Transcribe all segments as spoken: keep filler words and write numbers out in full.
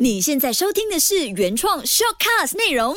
你现在收听的是原创 Shortcast 内容。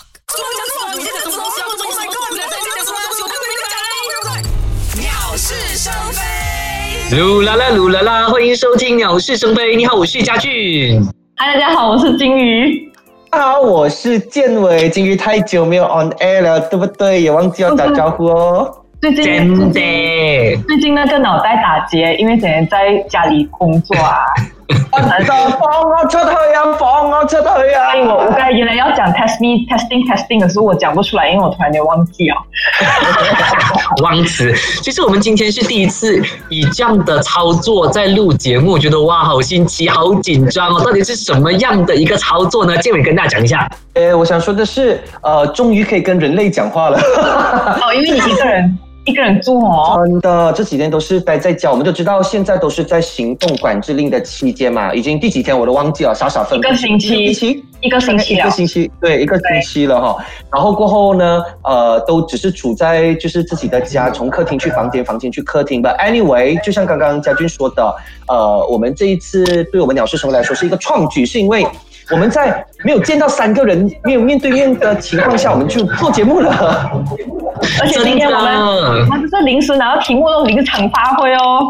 鸟是生非， 噜啦啦噜啦啦，欢迎收听《鸟是生非》。你好，我是嘉俊。 嗨，大家好，我是金鱼。 大家好，我是建伟。金鱼太久没有 on air 了，对不对？也忘记要打招呼哦。 最近真的， 最近那个脑袋打结，因为整天在家里工作啊。 就放我出去啊！放我出去啊！ 所以我我刚才原来要讲 test me testing testing 的时候，我讲不出来，因为我突然间忘记了。 忘词。其实我们今天是第一次以这样的操作在录节目，我觉得哇，好新奇，好紧张哦！到底是什么样的一个操作呢？建伟跟大家讲一下。 呃，我想说的是，呃，终于可以跟人类讲话了。 哦，因为你一个人。一个人住哦， 真的，这几天都是待在家。我们就知道现在都是在行动管制令的期间嘛，已经第几天我都忘记了，傻傻分。 一个星期，一个星期， 一个星期，一个星期，对，一个星期了哈。然后过后呢，呃，都只是处在就是自己的家，从客厅去房间，房间去客厅。But anyway， 就像刚刚嘉俊说的，呃，我们这一次对我们鸟事生活来说是一个创举，是因为我们在没有见到三个人、没有面对面的情况下，我们就做节目了。 而且今天我们我们就是临时拿到题目都临场发挥哦。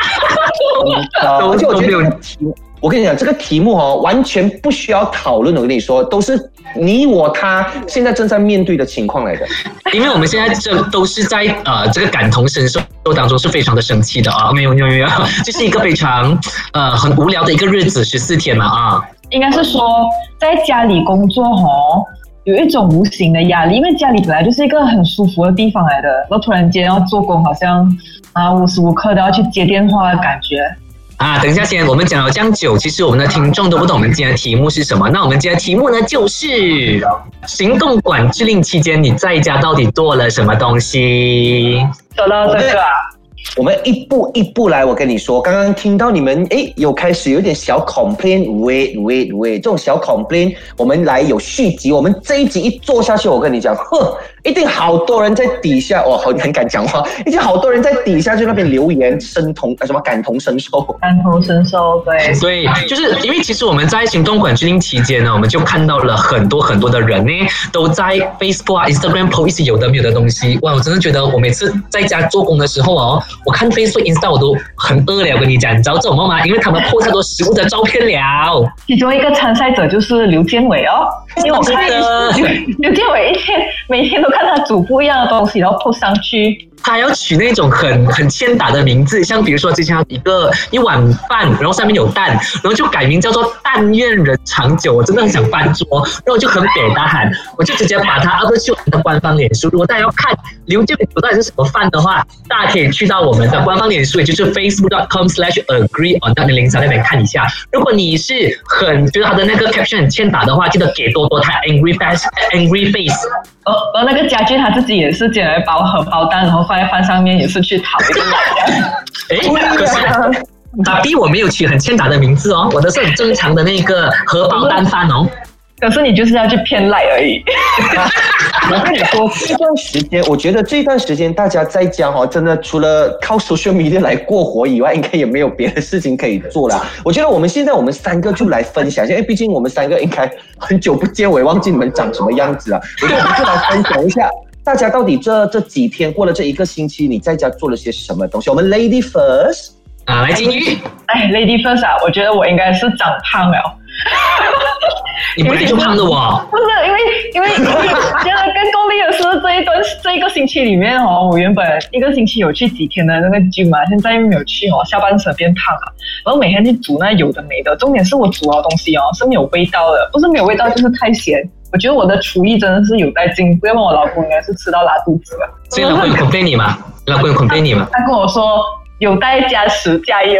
而且我觉得这个题目，我跟你讲，这个题目哦，完全不需要讨论。我跟你说，都是你我他现在正在面对的情况来的。 因为我们现在这都是在呃这个感同身受当中，是非常的生气的啊！没有没有没有，这是一个非常呃很无聊的一个日子，十四天嘛啊。 应该是说在家里工作哦。有一种无形的压力，因为家里本来就是一个很舒服的地方来的，然后突然间要做工，好像啊无时无刻都要去接电话的感觉。 啊，等一下先，我们讲了这样久，其实我们的听众都不懂我们今天的题目是什么。那我们今天的题目呢，就是行动管制令期间，你在家到底做了什么东西？ 说到这个啊。 我们一步一步来，我跟你说，刚刚听到你们诶有开始有点小 complain，wait wait wait， 这种小 complain， 我们来有续集，我们这一集一做下去，我跟你讲，哼，一定好多人在底下，哦，好很敢讲话，一定好多人在底下就那边留言，身同什么感同身受， 感同身受，对， 对，就是因为其实我们在行动管制令期间呢，我们就看到了很多很多的人呢，都在 Facebook 啊、Instagram post 一些有的没有的东西，哇，我真的觉得我每次在家做工的时候哦。我看 Facebook、Insta 我都很饿了，我跟你讲，你知道这种吗？因为他们 po 太多食物的照片了。 其中一个参赛者就是刘建伟哦，因为我看刘刘建伟一天每天都看他煮不一样的东西，然后 po 上去。 他要取那种很很欠打的名字，像比如说之前一个一碗饭，然后上面有蛋，然后就改名叫做但愿人长久。我真的很想翻桌，然后我就很北大喊，我就直接把它 upload 去我们的官方脸书。如果大家要看刘建伟煮到底是什么饭的话，大家可以去到我们的官方脸书，也就是 facebook dot com slash agree on 二零零三那边看一下。如果你是很觉得他的那个 caption 很欠打的话，记得给多多他 angry face angry face。 而而那个家俊他自己也是捡了一包荷包蛋，然后放在饭上面，也是去讨一个奶。 哎，可是他逼我没有取很欠打的名字哦，我的是很正常的那个荷包蛋饭哦。 可是你就是要去偏赖而已。 我跟你说，这段时间，我觉得这段时间大家在家哈，真的除了靠 social media 来过活以外，应该也没有别的事情可以做了。我觉得我们现在我们三个就来分享一下，因为毕竟我们三个应该很久不见，我也忘记你们长什么样子了。我觉得我们就来分享一下，大家到底这这几天过了这一个星期，你在家做了些什么东西？我们 Lady First 啊，来金鱼。 哎 ，Lady First 啊，我觉得我应该是长胖了。 你本来就胖的哦。 不是，因为因为现在更功利的是这一段这一个星期里面哦，我原本一个星期有去几天的那个 gym 嘛，现在没有去哦，下半身变胖了，然后每天去煮那有的没的，重点是我煮的东西哦是没有味道的，不是没有味道就是太咸。我觉得我的厨艺真的是有待进步，要不然我老公应该是吃到拉肚子了。 所以老公有 complain 你吗？老公有 complain 你吗？ 他跟我说有待加持加油。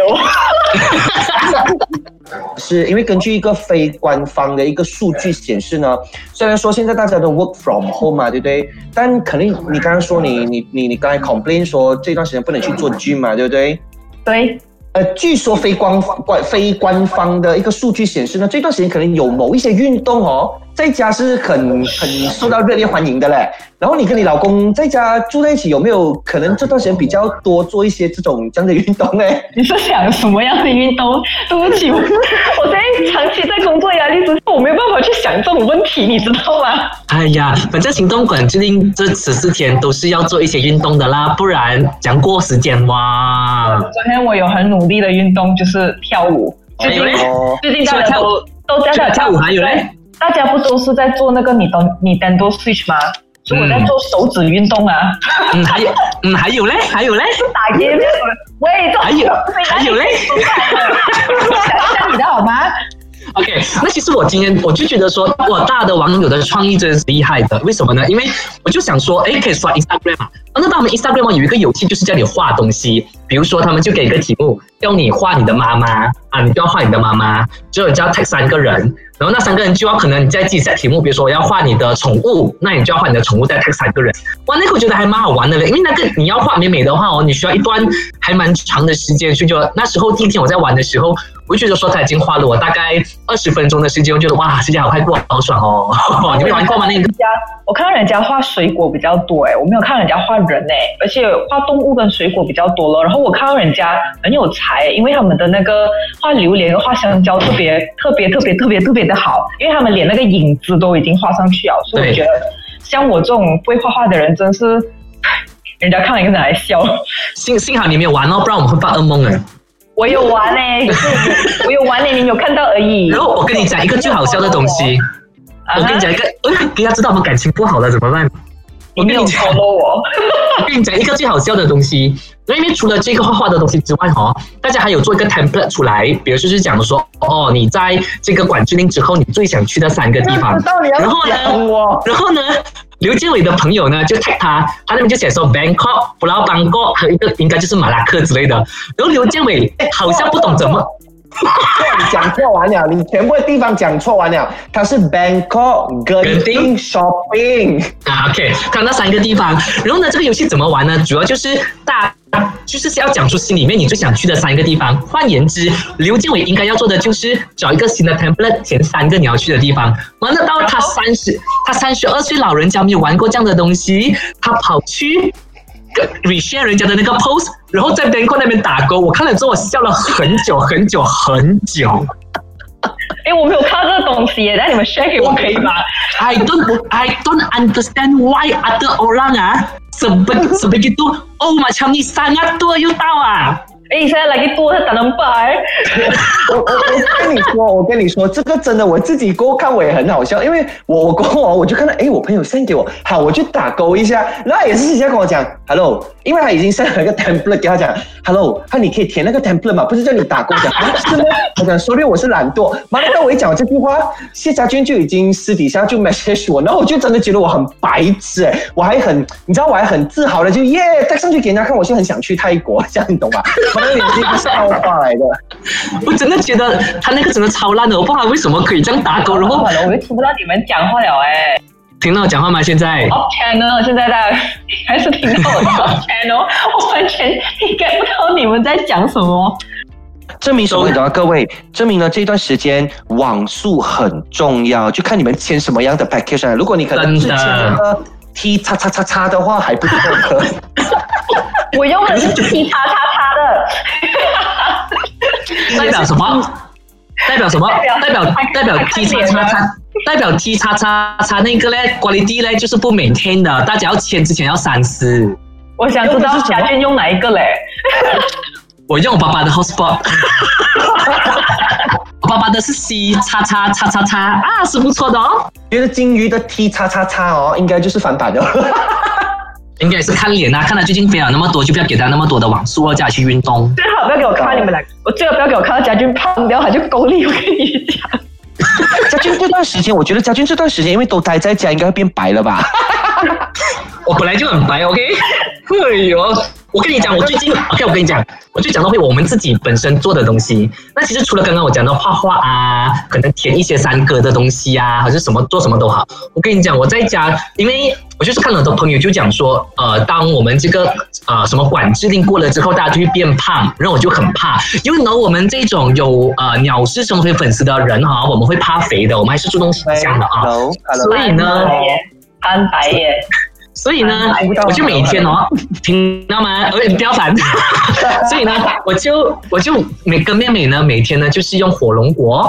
是因为根据一个非官方的一个数据显示呢，虽然说现在大家都 work from home 嘛，对不对？但肯定你刚刚说你你你你刚才 complain 说这段时间不能去做 gym 嘛，对不对？ 对。 呃，据说非官官非官方的一个数据显示呢，这段时间可能有某一些运动哦，在家是很很受到热烈欢迎的嘞。然后你跟你老公在家住在一起，有没有可能这段时间比较多做一些这种这样的运动呢？ 你是想什么样的运动？对不起，我我现在为长期在工作压力之下，我没有办法去想这种问题，你知道吗？ 哎呀，反正行动管制令这十四天都是要做一些运动的啦，不然讲过时间哇。 昨天我有很努力的运动，就是跳舞。最近、 哦、 最近大家都都在跳跳舞，还有嘞， 大家不都是在做那个你懂你 Nintendo Switch 吗？所以我在做手指运动啊。 嗯，还有嗯还有嘞，还有嘞， 打 game。喂， 还有还有嘞， 讲一下你的好吗 ？OK， 那其实我今天我就觉得说，哇，大的网友的创意真是厉害的。为什么呢？因为我就想说，哎，可以刷 Instagram 嘛。那他们 Instagram 有一个游戏，就是叫你画东西。比如说，他们就给一个题目，要你画你的妈妈啊，你就要画你的妈妈，就你就要 tag 三个人，然后那三个人就要可能你再自己 set 题目，比如说我要画你的宠物，那你就要画你的宠物再 tag 三个人。哇，那个我觉得还蛮好玩的嘞，因为那个你要画美美的话哦，你需要一段还蛮长的时间。所以就那时候第一天我在玩的时候，我就觉得说他已经花了我大概二十分钟的时间，我觉得哇，时间好快过，好爽哦！你没玩过吗？那个？ 我看到人家画水果比较多哎，我没有看到人家画人哎，而且画动物跟水果比较多了。然后我看到人家很有才，因为他们的那个画榴莲跟画香蕉特别特别特别特别特别的好，因为他们连那个影子都已经画上去了，所以我觉得像我这种不会画画的人，真是人家看了一个人来笑。 幸幸好你没有玩哦，不然我们会发噩梦哎。 我有玩哎，可是我有玩哎，你没有看到而已。 然后我跟你讲一个最好笑的东西。我跟你讲一个，呃，给他知道我们感情不好了怎么办？ 我没有 follow 我。 我跟你讲一个最好笑的东西，因为除了这个画画的东西之外，哈，大家还有做一个 template 出来，比如就是讲说，哦，你在这个管制令之后，你最想去的三个地方。然后呢，然后呢，刘建伟的朋友呢就 tag 他，他那边就写说 Bangkok、布劳邦国和一个应该就是马拉克之类的。然后刘建伟好像不懂怎么。 你讲错完了，你全部的地方讲错完了。它是 Bangkok Genting Shopping 啊 ，OK， 看那三个地方。然后呢，这个游戏怎么玩呢？主要就是大，就是要讲出心里面你最想去的三个地方。换言之，刘建伟应该要做的就是找一个新的 template， 前三个你要去的地方。完了到他三十，他三十二岁老人家没有玩过这样的东西，他跑去。reshare 人家的那个 post， 然后在 Bangkok 那边打勾，我看了之后我笑了很久很久很久。 哎，我没有看到这个东西耶，那你们 share 给我可以吗 ？I don't, I don't understand why other orang ah sebegitu, oh macam ni sangat tua you tahu ah。 哎，现在lagi tua tak nampak。 我我我跟你说，我跟你说，这个真的我自己勾看我也很好笑，因为我我勾哦，我就看到哎，我朋友 send 给我，好，我就打勾一下，然后也是直接跟我讲 hello， 因为他已经 send 了一个 template 给他讲 hello， 他你可以填那个 template 嘛，不是叫你打勾讲，啊、是吗？我讲 sorry， 我是懒惰。妈的，当我一讲这句话，谢家军就已经私底下就 message 我，然后我就真的觉得我很白痴哎，我还很，你知道我还很自豪的就耶带上去给人家看，我就很想去泰国，这样你懂吧？反正也是一个笑话来的。 我真的觉得他那个真的超烂的，我不知道为什么可以这样打勾，然后我又听不到你们讲话了哎。 听到我讲话吗？现在 off channel， 现在大家还是听到我的 off channel， 我完全 get 不到你们在讲什么。 证明什么？你知道各位，证明了这段时间网速很重要，就看你们签什么样的 package。如果你可能是签那个 T 叉叉叉叉的话，还不错的。 我用的是 T 叉叉叉的，代表什么？代表什么？代表代表 T 叉叉叉，代表 T 叉叉叉那个嘞 quality 嘞就是不 maintain 的，大家要签之前要三思。 我想知道家俊用哪一个嘞？ 我用我爸爸的 hotspot， 我爸爸的是 C 叉叉叉叉叉啊，是不错的哦。 觉得金鱼的 T 叉叉叉哦，应该就是翻版的。 应该是看脸啊，看他最近飞了那么多，就不要给他那么多的网速，叫他去运动。 最好不要给我看你们两个，我最好不要给我看到家俊胖掉，他就够力。我跟你讲， 家俊这段时间，我觉得家俊这段时间因为都待在家，应该会变白了吧？ 我本来就很白 ，OK？ 哎呦，我跟你讲，我最近 OK， 我跟你讲，我就讲到会我们自己本身做的东西。那其实除了刚刚我讲的画画啊，可能填一些三格的东西啊，还是什么做什么都好。我跟你讲，我在家，因为我就是看了很多朋友就讲说，呃，当我们这个呃什么管制令过了之后，大家就会变胖，然后我就很怕，因为呢，我们这种有呃鸟事生活粉丝的人哈，我们会怕肥的，我们还是注重形象的啊。 Hello, hello. 所以呢， 翻白眼。 所以呢，我就每天哦，听到吗？呃，不要烦。所以呢，我就我就每跟妹妹呢，每天呢就是用火龙果，再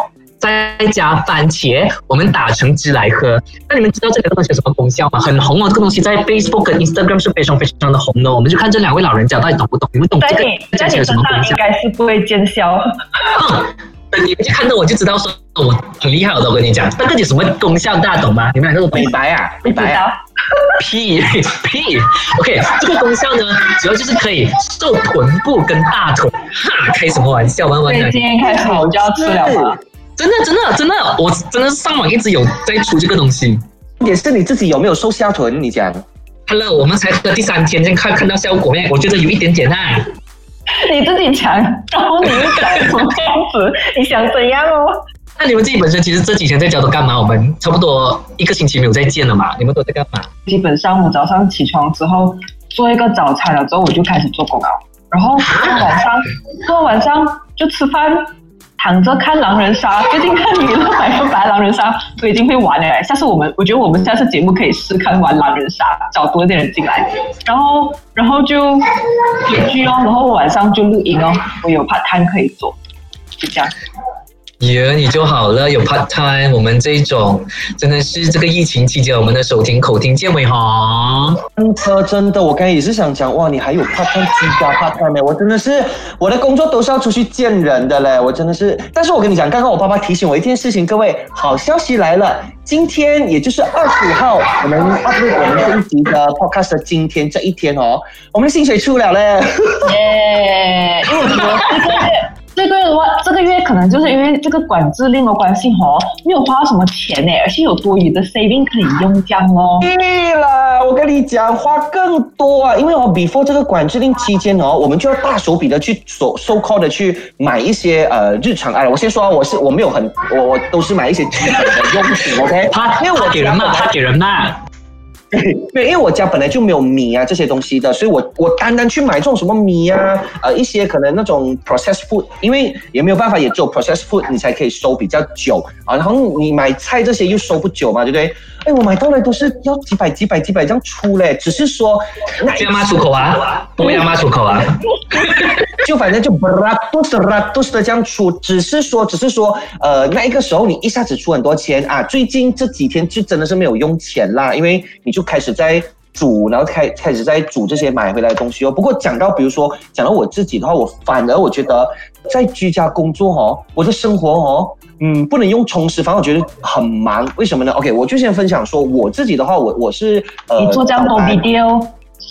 再加番茄，我们打成汁来喝。那你们知道这个东西有什么功效吗？很红哦，这个东西在 Facebook 跟 Instagram 是非常非常的红的。我们就看这两位老人家到底懂不懂？你们懂这个加起来有什么功效？ 应该是不会见效。 嗯等你们去看到我就知道说我很厉害了，我跟你讲，那个有什么功效大家懂吗？你们两个都懂美白啊，美白啊， 屁屁 ，OK， 这个功效呢，主要就是可以瘦臀部跟大腿。哈，开什么玩笑，玩玩的。 所以今天开始我就要吃了吗？ 真的真的真的，我真的上网一直有在出这个东西。 也是你自己有没有瘦下臀？你讲 ，Hello， 我们才喝第三天，先看看到效果没？我觉得有一点点啊。 你自己讲，然后你又讲什么样子？你想怎样哦？ 那你们自己本身其实这几天在家都干嘛？我们差不多一个星期没有再见了嘛，你们都在干嘛？ 基本上我早上起床之后做一个早餐了之后，我就开始做工了，然后晚上到晚上就吃饭，躺着看狼人杀。最近看娱乐百分百狼人杀，我已经会玩了。下次我们，我觉得我们下次节目可以试看玩狼人杀，找多一点人进来，然后然后就追剧哦，然后晚上就录音哦，我有 part time 可以做，就这样。 耶，你就好了，有 part time， 我们这种真的是这个疫情期间，我们的手听口听见尾哈。 真的真的，我刚才也是想讲，哇，你还有 part time 居家 part time 呢，我真的是我的工作都是要出去见人的嘞，我真的是。但是我跟你讲，刚刚我爸爸提醒我一件事情，各位，好消息来了，今天也就是二十五号，我们 upload 我们这一集的 podcast 的今天这一天哦，我们的薪水出了嘞， 耶！因为我觉得这个月。这个月的话，这个月可能就是因为这个管制令的关系哦，没有花到什么钱呢，而且有多余的 saving 可以用这样哦。 对了，我跟你讲，花更多啊，因为哦 ，before 这个管制令期间哦，我们就要大手笔的去 so so call 的去买一些呃日常哎，我先说，我是我没有很，我我都是买一些基本的用品 ，OK？ 他因为我给人骂，他给人骂。 对，因为我家本来就没有米啊这些东西的，所以我我单单去买这种什么米啊，呃一些可能那种 processed food， 因为也没有办法，也只有 processed food 你才可以收比较久啊。然后你买菜这些又收不久嘛，对不对？哎，我买到来都是要几百几百几百这样出嘞，只是说不要骂出口啊，不要骂出口啊。 就反正就 ratus ratus 的这样出，只是说，只是说，呃，那一个时候你一下子出很多钱啊。最近这几天就真的是没有用钱啦，因为你就开始在煮，然后开开始在煮这些买回来的东西哦。不过讲到比如说讲到我自己的话，我反而我觉得在居家工作哦，我的生活哦。嗯，不能用充实，反正我觉得很忙。为什么呢 ？OK， 我就先分享说我自己的话，我我是呃， 你做这样多 video，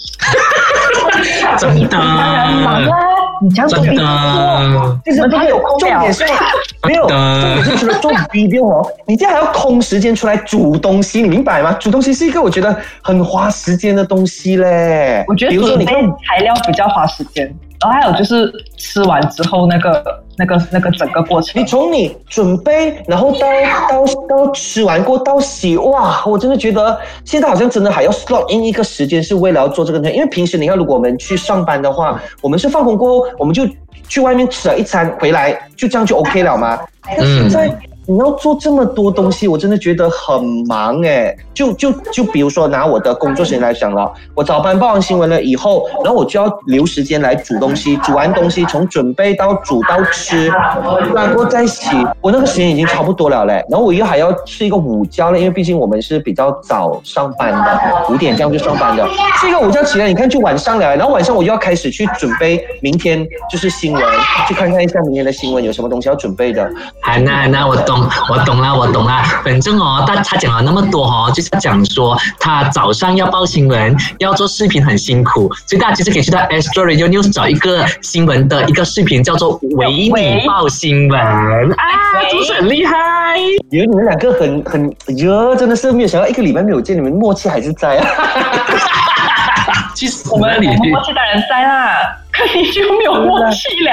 真的， 你这样做 video， 就是还有重点是没有，重点是除了做 video 哦，你这样还要空时间出来煮东西，你明白吗？煮东西是一个我觉得很花时间的东西嘞。 我觉得准备材料比较花时间，然后还有就是吃完之后那个。那个那个整个过程， 你从你准备，然后到到到吃完过到洗，哇！我真的觉得现在好像真的还要 slot in 一个时间，是为了要做这个。因为平时你看，如果我们去上班的话，我们是放工过后，我们就去外面吃了一餐，回来就这样就 OK 了嘛。但现在你要做这么多东西，我真的觉得很忙哎。就就就比如说拿我的工作时间来讲了，我早班报完新闻了以后，然后我就要留时间来煮东西，煮完东西从准备到煮到吃，然后再洗，我那个时间已经差不多了嘞。然后我又还要吃一个午觉了，因为毕竟我们是比较早上班的，五点这样就上班的，吃一个午觉起来，你看就晚上了，然后晚上我又要开始去准备明天就是新闻，去看看一下明天的新闻有什么东西要准备的。 安娜安娜，我懂，我懂了，我懂了。反正哦，他他讲了那么多哦，就是讲说他早上要报新闻，要做视频很辛苦，所以大家其实可以去到 Astro Radio News 找一个新闻的一个视频，叫做维你报新闻啊，是不是很厉害？ 有你们两个很很哟，真的是没有想到一个礼拜没有见，你们默契还是在啊。 其实我们我们默契当然在啦，可你就没有默契了。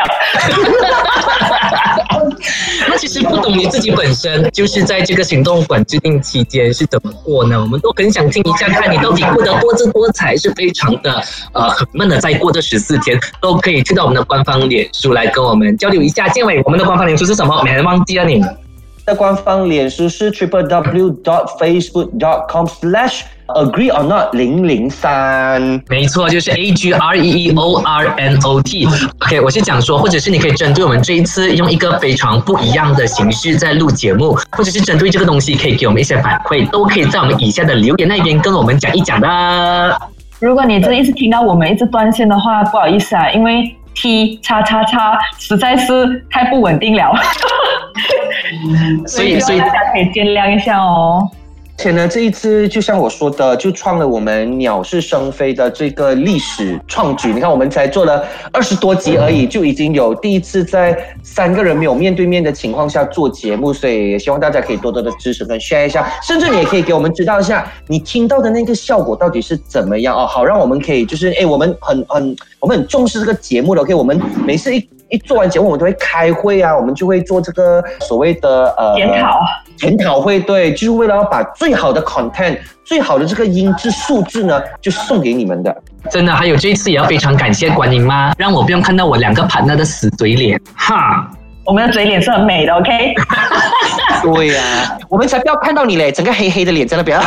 那其实不懂你自己本身就是在这个行动管制令期间是怎么过呢？我们都很想听一下，看你到底过得多姿多彩，是非常的呃很闷的在过这十四天，都可以去到我们的官方脸书来跟我们交流一下。建伟，我们的官方脸书是什么？没人忘记了你。 的官方脸书是 triple w dot facebook dot com slash agree or not 零零三。 没错，就是 A G R E E O R N O T。OK， 我是讲说，或者是你可以针对我们这一次用一个非常不一样的形式在录节目，或者是针对这个东西可以给我们一些反馈，都可以在我们以下的留言那边跟我们讲一讲的。 如果你这一直听到我们一直断线的话，不好意思啊，因为 T 叉叉叉实在是太不稳定了， 所以所以大家可以见谅一下哦。 而且呢，这一次就像我说的，就创了我们鸟是生非的这个历史创举。你看，我们才做了二十多集而已，就已经有第一次在三个人没有面对面的情况下做节目，所以也希望大家可以多多的支持跟 share 一下，甚至你也可以给我们知道一下你听到的那个效果到底是怎么样哦，好让我们可以就是哎，我们很很我们很重视这个节目的 ，OK， 我们每次一一做完节目，我们都会开会啊，我们就会做这个所谓的呃检讨。 检讨会，对，就是为了要把最好的 content、最好的这个音质素质呢，就送给你们的。 真的，还有这一次也要非常感谢观音妈，让我不用看到我两个partner的死嘴脸，哈。 我们的嘴脸是很美的 ，OK？ 对呀、啊，我们才不要看到你嘞，整个黑黑的脸在那边。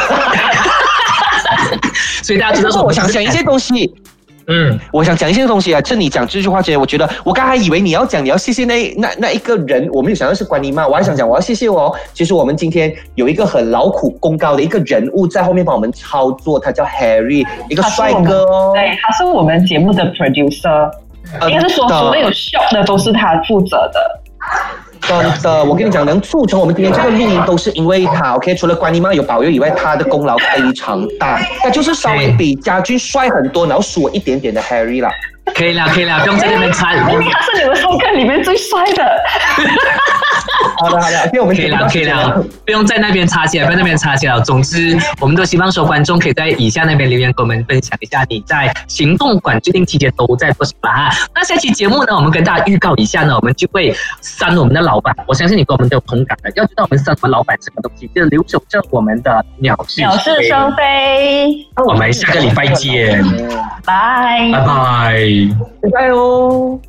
所以大家知道说， 我想讲一些东西。嗯，我想讲一些东西啊。趁你讲这句话之前，我觉得我刚才以为你要讲，你要谢谢那那那一个人，我没有想到是观音妈，我还想讲我要谢谢我哦。其实我们今天有一个很劳苦功高的一个人物在后面帮我们操作，他叫 Harry， 一个帅哥哦。 对，他是我们节目的 producer，、嗯、应该是说所有 shot 的都是他负责的。 真的，我跟你讲，能促成我们今天这个录音都是因为他 ，OK？ 除了观音妈有保佑以外，他的功劳非常大。他就是稍微比家俊帅很多，然后输我一点点的 Harry 啦。 可以了，可以了，不用在那边猜。 明明他是你们三个里面最帅的。 好的，好的，我们可以了，可以了，不用在那边插起来，不用在那边插起来。总之，我们都希望说观众可以在以下那边留言，跟我们分享一下你在行动管制令期间都在做什么哈。那下期节目呢，我们跟大家预告一下呢，我们就会删我们的老板。我相信你跟我们都有同感的，要知道我们删我们老板什么东西，就留守着我们的鸟是鸟是生非。 我们下个礼拜见， 拜拜拜， 拜拜哦。